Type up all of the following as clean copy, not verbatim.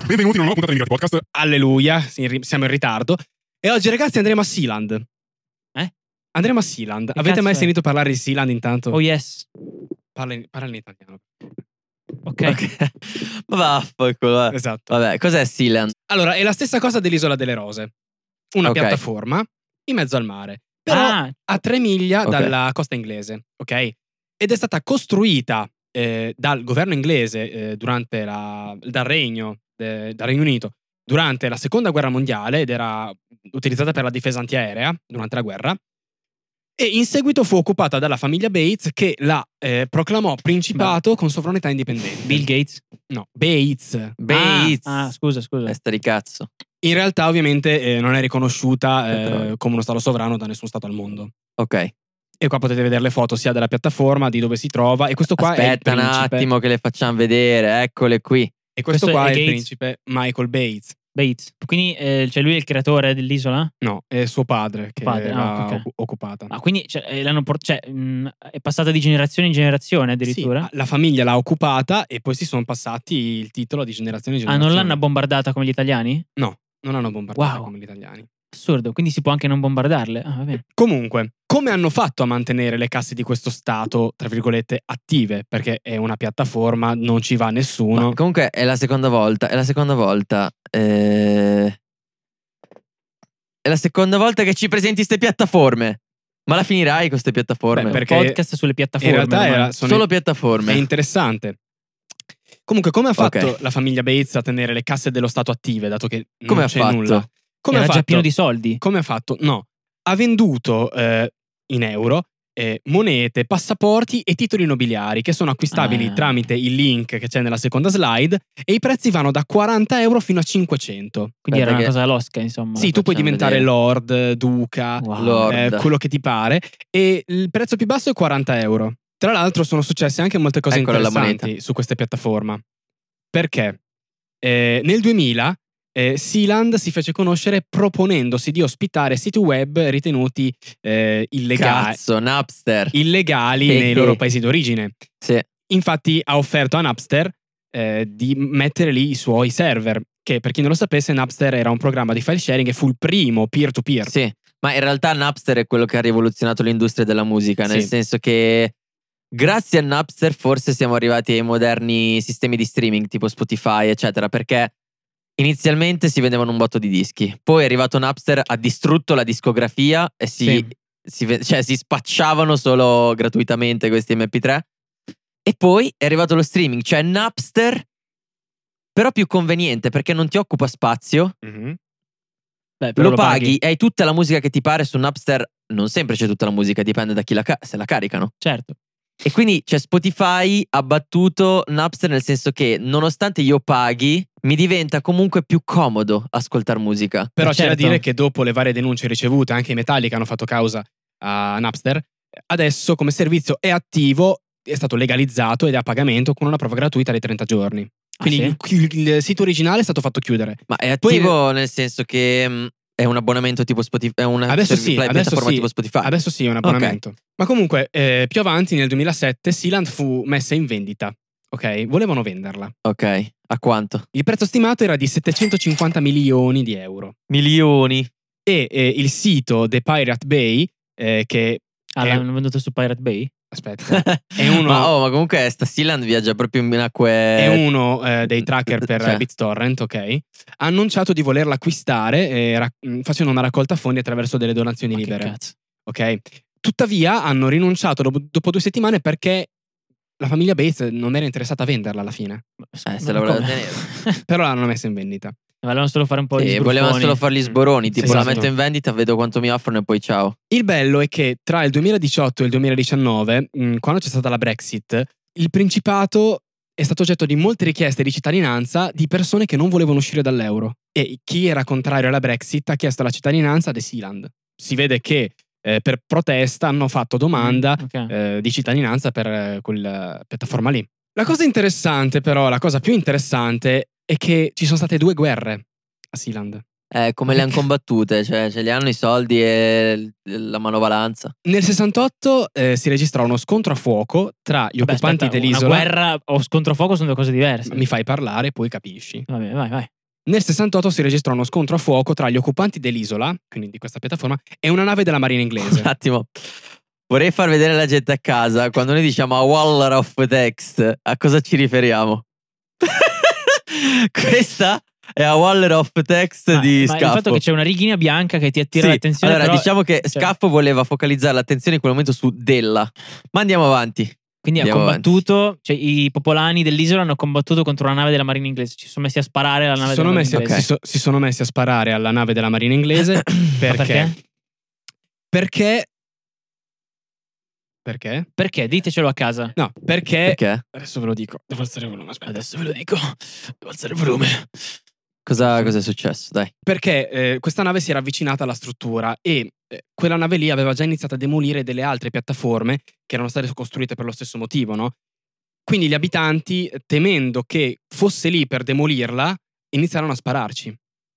Benvenuti in una nuova puntata di Mirati Podcast. Alleluia, siamo in ritardo. E oggi, ragazzi, andremo a Sealand. Andremo a Sealand. Avete mai sentito parlare di Sealand intanto? Oh yes. Parla in italiano. Ok. Ma vaffanculo. Esatto. Vabbè, cos'è Sealand? Allora, è la stessa cosa dell'Isola delle Rose. Una Ok. piattaforma in mezzo al mare. Però a 3 miglia Ok. dalla costa inglese, ok? Ed è stata costruita dal governo inglese dal Regno Unito durante la seconda guerra mondiale ed era utilizzata per la difesa antiaerea durante la guerra. E in seguito fu occupata dalla famiglia Bates, che la proclamò principato con sovranità indipendente. Bill Gates. No, Bates. Bates. Scusa. Testa di cazzo. In realtà, ovviamente, non è riconosciuta come uno stato sovrano da nessun stato al mondo. Ok. E qua potete vedere le foto sia della piattaforma, di dove si trova. E questo qua Aspetta è il principe. un attimo che le facciamo vedere. Eccole qui. E questo Questo qua è è il Gates? principe Michael Bates. Bates. Quindi cioè lui è il creatore dell'isola? No, è suo padre che Padre, l'ha ok. occupata. Quindi è passata di generazione in generazione addirittura? Sì, la famiglia l'ha occupata e poi si sono passati il titolo di generazione in generazione. Non l'hanno bombardata come gli italiani? No, non hanno bombardato Wow. come gli italiani. Assurdo, quindi si può anche non bombardarle? Va bene. Comunque, come hanno fatto a mantenere le casse di questo stato, tra virgolette, attive? Perché è una piattaforma, non ci va nessuno. Ma comunque è la seconda volta. È la seconda volta che ci presenti ste piattaforme. Ma la finirai con queste piattaforme? Beh, perché Podcast sulle piattaforme. in realtà ormai. Solo è piattaforme. interessante. Comunque, come ha fatto Ok. la famiglia Bates a tenere le casse dello stato attive, dato che non Come ha c'è fatto? nulla? Come Era ha già fatto? pieno di soldi. Come ha fatto? No, ha venduto in euro monete, passaporti e titoli nobiliari che sono acquistabili tramite il link che c'è nella seconda slide, e i prezzi vanno da 40 euro fino a 500. Quindi era una Aspetta cosa losca, insomma. Sì, tu puoi facciamo diventare vedere. lord, duca, Wow. Lord. quello che ti pare, e il prezzo più basso è 40 euro. Tra l'altro sono successe anche molte cose Eccola la interessanti moneta. su questa piattaforma. Perché nel 2000 Sealand si fece conoscere proponendosi di ospitare siti web ritenuti Cazzo, Napster. illegali nei loro paesi d'origine. Sì. Infatti ha offerto a Napster di mettere lì i suoi server, che per chi non lo sapesse Napster era un programma di file sharing e fu il primo peer-to-peer. Sì, ma in realtà Napster è quello che ha rivoluzionato l'industria della musica, nel Sì. senso che grazie a Napster forse siamo arrivati ai moderni sistemi di streaming tipo Spotify, eccetera, perché inizialmente si vendevano un botto di dischi, poi è arrivato Napster, ha distrutto la discografia e si spacciavano solo gratuitamente questi MP3, e poi è arrivato lo streaming, cioè Napster, però più conveniente perché non ti occupa spazio. Mhm. Beh, però Lo paghi e hai tutta la musica che ti pare su Napster. Non sempre c'è tutta la musica, dipende da chi se la caricano. Certo. E quindi Spotify ha battuto Napster, nel senso che nonostante io paghi, mi diventa comunque più comodo ascoltare musica. Però c'è da certo. dire che dopo le varie denunce ricevute, anche i Metallica hanno fatto causa a Napster, adesso come servizio è attivo, è stato legalizzato ed è a pagamento con una prova gratuita di 30 giorni. Quindi il sito originale è stato fatto chiudere. Ma è attivo nel senso che è un abbonamento tipo Spotify, è una piattaforma tipo Spotify. Adesso sì, è un abbonamento. Ma comunque più avanti nel 2007 Sealand fu messa in vendita. Ok, volevano venderla. Ok, a quanto? Il prezzo stimato era di 750 milioni di euro. Milioni. E il sito The Pirate Bay, che l'hanno venduto su Pirate Bay? aspetta, è uno, ma comunque sta Sealand viaggia proprio in acque. è uno dei tracker per Cioè. BitTorrent, ok? Ha annunciato di volerla acquistare facendo una raccolta fondi attraverso delle donazioni Ma che libere. cazzo. Ok? Tuttavia hanno rinunciato dopo 2 settimane perché la famiglia Bates non era interessata a venderla alla fine. Se la voleva tenere. Però l'hanno messa in vendita. Volevano solo fare un po' di sbruffoni. Volevano solo fare gli sboroni, tipo Esatto. la metto in vendita, vedo quanto mi offrono e poi ciao. Il bello è che tra il 2018 e il 2019, quando c'è stata la Brexit, il Principato è stato oggetto di molte richieste di cittadinanza di persone che non volevano uscire dall'euro. E chi era contrario alla Brexit ha chiesto la cittadinanza ad Sealand. Si vede che per protesta hanno fatto domanda Ok. di cittadinanza per quella piattaforma lì. La cosa interessante, però, la cosa più interessante è che ci sono state 2 guerre a Sealand. Come le hanno combattute? Cioè, ce li hanno i soldi e la manovalanza. Nel 68 si registra uno scontro a fuoco tra gli occupanti dell'isola. Una guerra o scontro a fuoco sono 2 cose diverse. Mi fai parlare, poi capisci. Vabbè, vai. Nel 68 si registrò uno scontro a fuoco tra gli occupanti dell'isola, quindi di questa piattaforma, e una nave della marina inglese. Un attimo. Vorrei far vedere alla gente a casa, quando noi diciamo a wall of text, a cosa ci riferiamo? Questa è a wall of text di ma il Scaffo. fatto che c'è una righina bianca che ti attira Sì, l'attenzione. allora però, diciamo che Scaffo voleva focalizzare l'attenzione in quel momento su Della. Ma andiamo avanti. Quindi Andiamo ha combattuto, cioè i popolani dell'isola hanno combattuto contro una nave della marina inglese. Ci sono messi a sparare alla nave della marina inglese. Si sono messi a sparare alla nave della marina inglese. Perché? Perché? Perché? Ditecelo a casa. No, perché? Perché? Adesso ve lo dico. Devo alzare il volume. Aspetta. Adesso ve lo dico. Devo alzare il volume. Cosa è successo? Dai. Perché questa nave si era avvicinata alla struttura e quella nave lì aveva già iniziato a demolire delle altre piattaforme che erano state costruite per lo stesso motivo, no? Quindi gli abitanti, temendo che fosse lì per demolirla, iniziarono a spararci.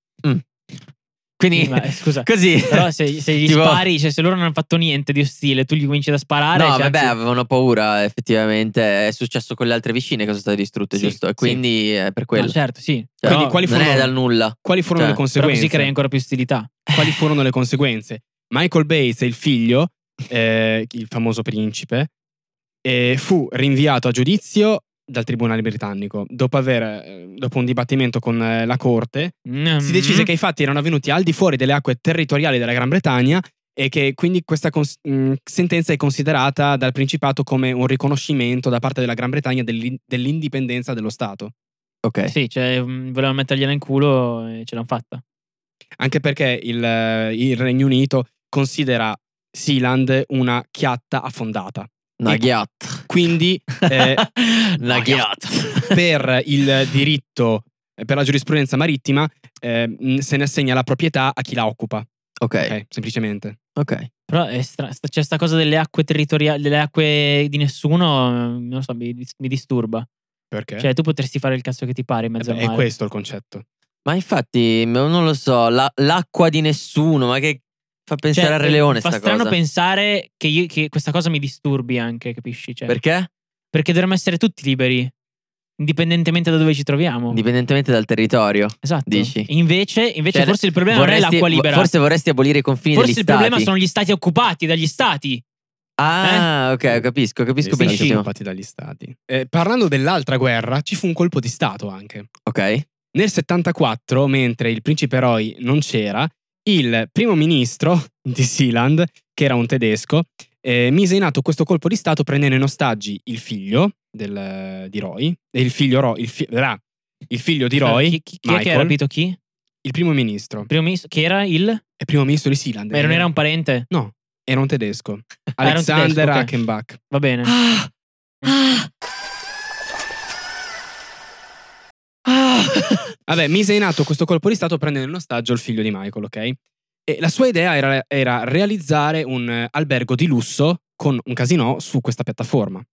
Quindi, Ma, scusa, così. però se gli tipo, spari, cioè se loro non hanno fatto niente di ostile, tu gli cominci a sparare. No, cioè, vabbè, anzi- avevano paura, effettivamente. È successo con le altre vicine che sono state distrutte, Sì, giusto? E sì. quindi è per quello. No, certo, sì. Cioè, Quindi quali non furono- è dal nulla. Quali furono Cioè, le Però conseguenze? così crei ancora più ostilità. Quali furono le conseguenze? Michael Bates e il figlio, il famoso principe, fu rinviato a giudizio dal tribunale britannico. Dopo un dibattimento con la corte, si decise che i fatti erano avvenuti al di fuori delle acque territoriali della Gran Bretagna e che quindi questa sentenza è considerata dal Principato come un riconoscimento da parte della Gran Bretagna dell'indipendenza dello Stato. Ok. Sì, cioè volevano mettergliela in culo e ce l'hanno fatta. Anche perché il Regno Unito considera Sealand una chiatta affondata. Una E ghiatta. Quindi Una ghiatta. per il diritto, per la giurisprudenza marittima, se ne assegna la proprietà a chi la occupa. Ok. Semplicemente. Ok. Però c'è sta cosa delle acque territoriali, delle acque di nessuno, non lo so, mi disturba. Perché? Cioè tu potresti fare il cazzo che ti pare in mezzo al È mare. questo il concetto. Ma infatti, non lo so, l'acqua di nessuno, ma che fa pensare Cioè, al Re Leone fa sta strano cosa. pensare che questa cosa mi disturbi anche, capisci? Cioè, Perché? perché dovremmo essere tutti liberi, indipendentemente da dove ci troviamo. Indipendentemente dal territorio. Esatto. Dici? Invece Cioè, forse il problema non è l'acqua libera. Forse vorresti abolire i confini Forse degli il stati. problema sono gli stati occupati dagli stati. Ah, ok, capisco Gli stati benissimo. occupati dagli stati. Parlando dell'altra guerra, ci fu un colpo di stato anche. Ok. Nel 74, mentre il principe Roy non c'era, il primo ministro di Sealand, che era un tedesco, mise in atto questo colpo di stato prendendo in ostaggi il figlio di Roy, e il figlio di Roy, Chi è che ha Michael, rapito chi? il primo ministro. Il primo ministro, che era il? Primo ministro di Sealand. Ma non era un parente? No, era un tedesco. Era un Alexander tedesco, ok. Achenbach. Va bene. Vabbè, mise in atto questo colpo di stato prendendo in ostaggio il figlio di Michael, ok? E la sua idea era realizzare un albergo di lusso con un casinò su questa piattaforma.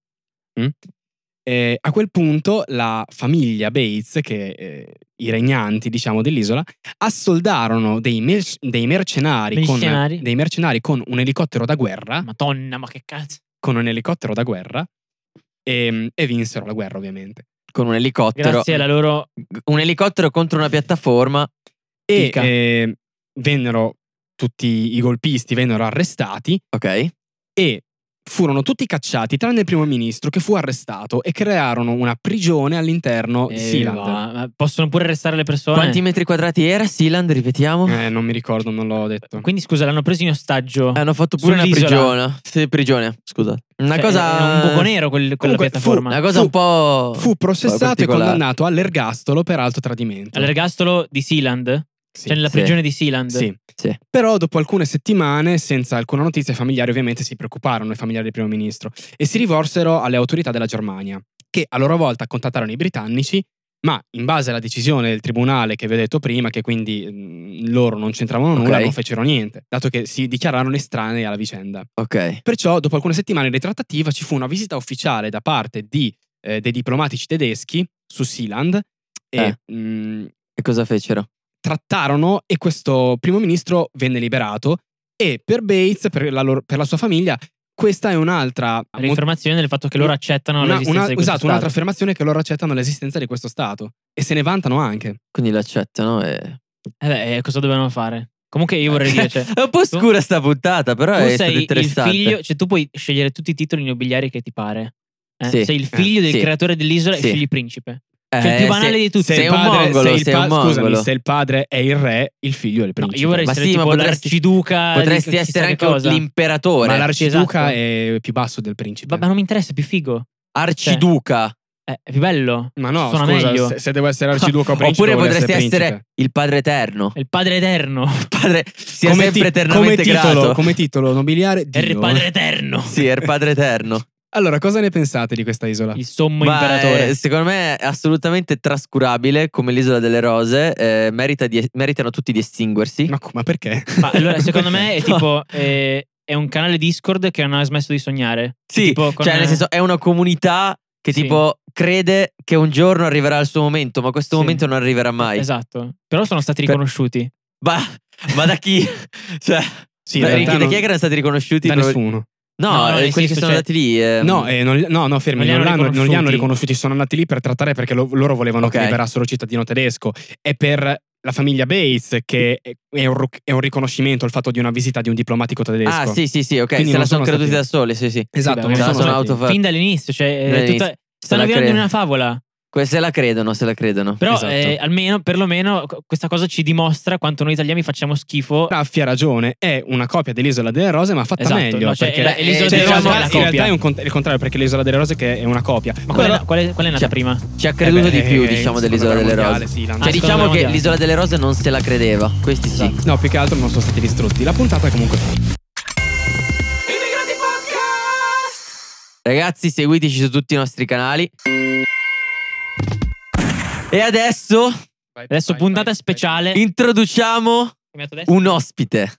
E a quel punto la famiglia Bates, i regnanti, diciamo, dell'isola, assoldarono dei mercenari con un elicottero da guerra. Madonna, ma che cazzo. Con un elicottero da guerra e vinsero la guerra, ovviamente. Con un elicottero. Grazie alla loro. Un elicottero contro una piattaforma. E vennero tutti i golpisti vennero arrestati. Ok. E furono tutti cacciati tranne il primo ministro, che fu arrestato, e crearono una prigione all'interno di Sealand. Ma possono pure arrestare le persone. Quanti metri quadrati era Sealand, ripetiamo? Non mi ricordo, non l'ho detto. Quindi scusa, l'hanno preso in ostaggio. Hanno fatto pure una sull'isola. prigione. Sì, prigione, scusa. Una Cioè, cosa. è un buco nero quella Comunque, piattaforma. Una cosa un po'. Fu processato e particolare. condannato all'ergastolo per alto tradimento. All'ergastolo di Sealand? Sì. Cioè nella prigione di Sealand? Sì. Sì. Però dopo alcune settimane, senza alcuna notizia, i familiari ovviamente si preoccuparono, i familiari del primo ministro, e si rivolsero alle autorità della Germania, che a loro volta contattarono i britannici, ma in base alla decisione del tribunale che vi ho detto prima, che quindi loro non c'entravano nulla, Ok. non fecero niente, dato che si dichiararono estranei alla vicenda. Ok. Perciò, dopo alcune settimane di trattativa, ci fu una visita ufficiale da parte dei diplomatici tedeschi su Sealand e E cosa fecero? trattarono, e questo primo ministro venne liberato, e per Bates, per la sua famiglia, questa è un'altra L'informazione del fatto che loro accettano l'esistenza di questo esatto, stato. un'altra affermazione che loro accettano l'esistenza di questo stato e se ne vantano anche. Quindi l'accettano e... Cosa dovevano fare? Comunque io vorrei dire, cioè, È un po' scura sta puntata, però tu è stato sei il interessante. figlio, cioè tu puoi scegliere tutti i titoli immobiliari che ti pare. Sì. Sei il figlio del Sì. creatore dell'isola e Sì. scegli principe. Cioè il più banale di tutti. sei un mongolo, Scusami, se il padre è il re, il figlio è il No, principe. io vorrei Ma essere sì, ma tipo potresti- l'arciduca. Potresti di essere chissà che anche cosa. l'imperatore. Ma l'arciduca esatto. è più basso del principe. Ma non mi interessa, è più figo. Arciduca. È più bello. Ma no, suona scusa, meglio. se devo essere arciduca o principe Oppure voglio potresti essere principe. il padre eterno. È il padre eterno. Il padre sia Come sempre ti- eternamente come titolo, grato. come titolo nobiliare È il Dio. padre eterno. Sì, è il padre eterno. Allora, cosa ne pensate di questa isola? Il sommo Ma imperatore. secondo me è assolutamente trascurabile come l'isola delle rose. Meritano tutti di estinguersi. Ma perché? Ma allora, secondo me è tipo è un canale Discord che non ha smesso di sognare. Sì, Tipo con- cioè nel senso è una comunità che Sì. tipo crede che un giorno arriverà il suo momento, ma questo Sì. momento non arriverà mai. Esatto. Però sono stati riconosciuti. Ma da chi? Cioè, Sì, da in realtà chi non- che erano stati riconosciuti? da nessuno. No, No, nel quelli che senso, sono andati lì. No, fermi, non li hanno non li hanno riconosciuti. riconosciuti, sono andati lì per trattare perché loro volevano Ok. che liberassero il cittadino tedesco e per la famiglia Bates che è un riconoscimento il fatto di una visita di un diplomatico tedesco. Ah, sì, ok. Quindi Se non la sono sono creduti stati- da soli, sì. Esatto, Sì, non beh, sono sono stati- autofa- Fin dall'inizio, cioè Dall'inizio. stanno la vivendo credo. in una favola. Se la credono. Però Esatto. almeno, perlomeno, questa cosa ci dimostra quanto noi italiani facciamo schifo. Raffi ha ragione, è una copia dell'Isola delle Rose ma fatta Esatto, meglio. no, cioè, perché è l'Isola cioè, delle in Rose realtà- è la in realtà copia. è il contrario perché l'Isola delle Rose che è una copia. Ma qual è nata Cioè, prima? Ci ha creduto di più, Beh, diciamo, seconda dell'Isola guerra delle mondiale, Rose. sì, l'hanno- Cioè, seconda diciamo guerra che mondiale. l'Isola delle Rose non se la credeva. Questi sì. Esatto. No, più che altro non sono stati distrutti. La puntata è comunque finita. Ragazzi, seguiteci su tutti i nostri canali. E adesso Adesso puntata speciale. introduciamo Cambiato destra? un ospite.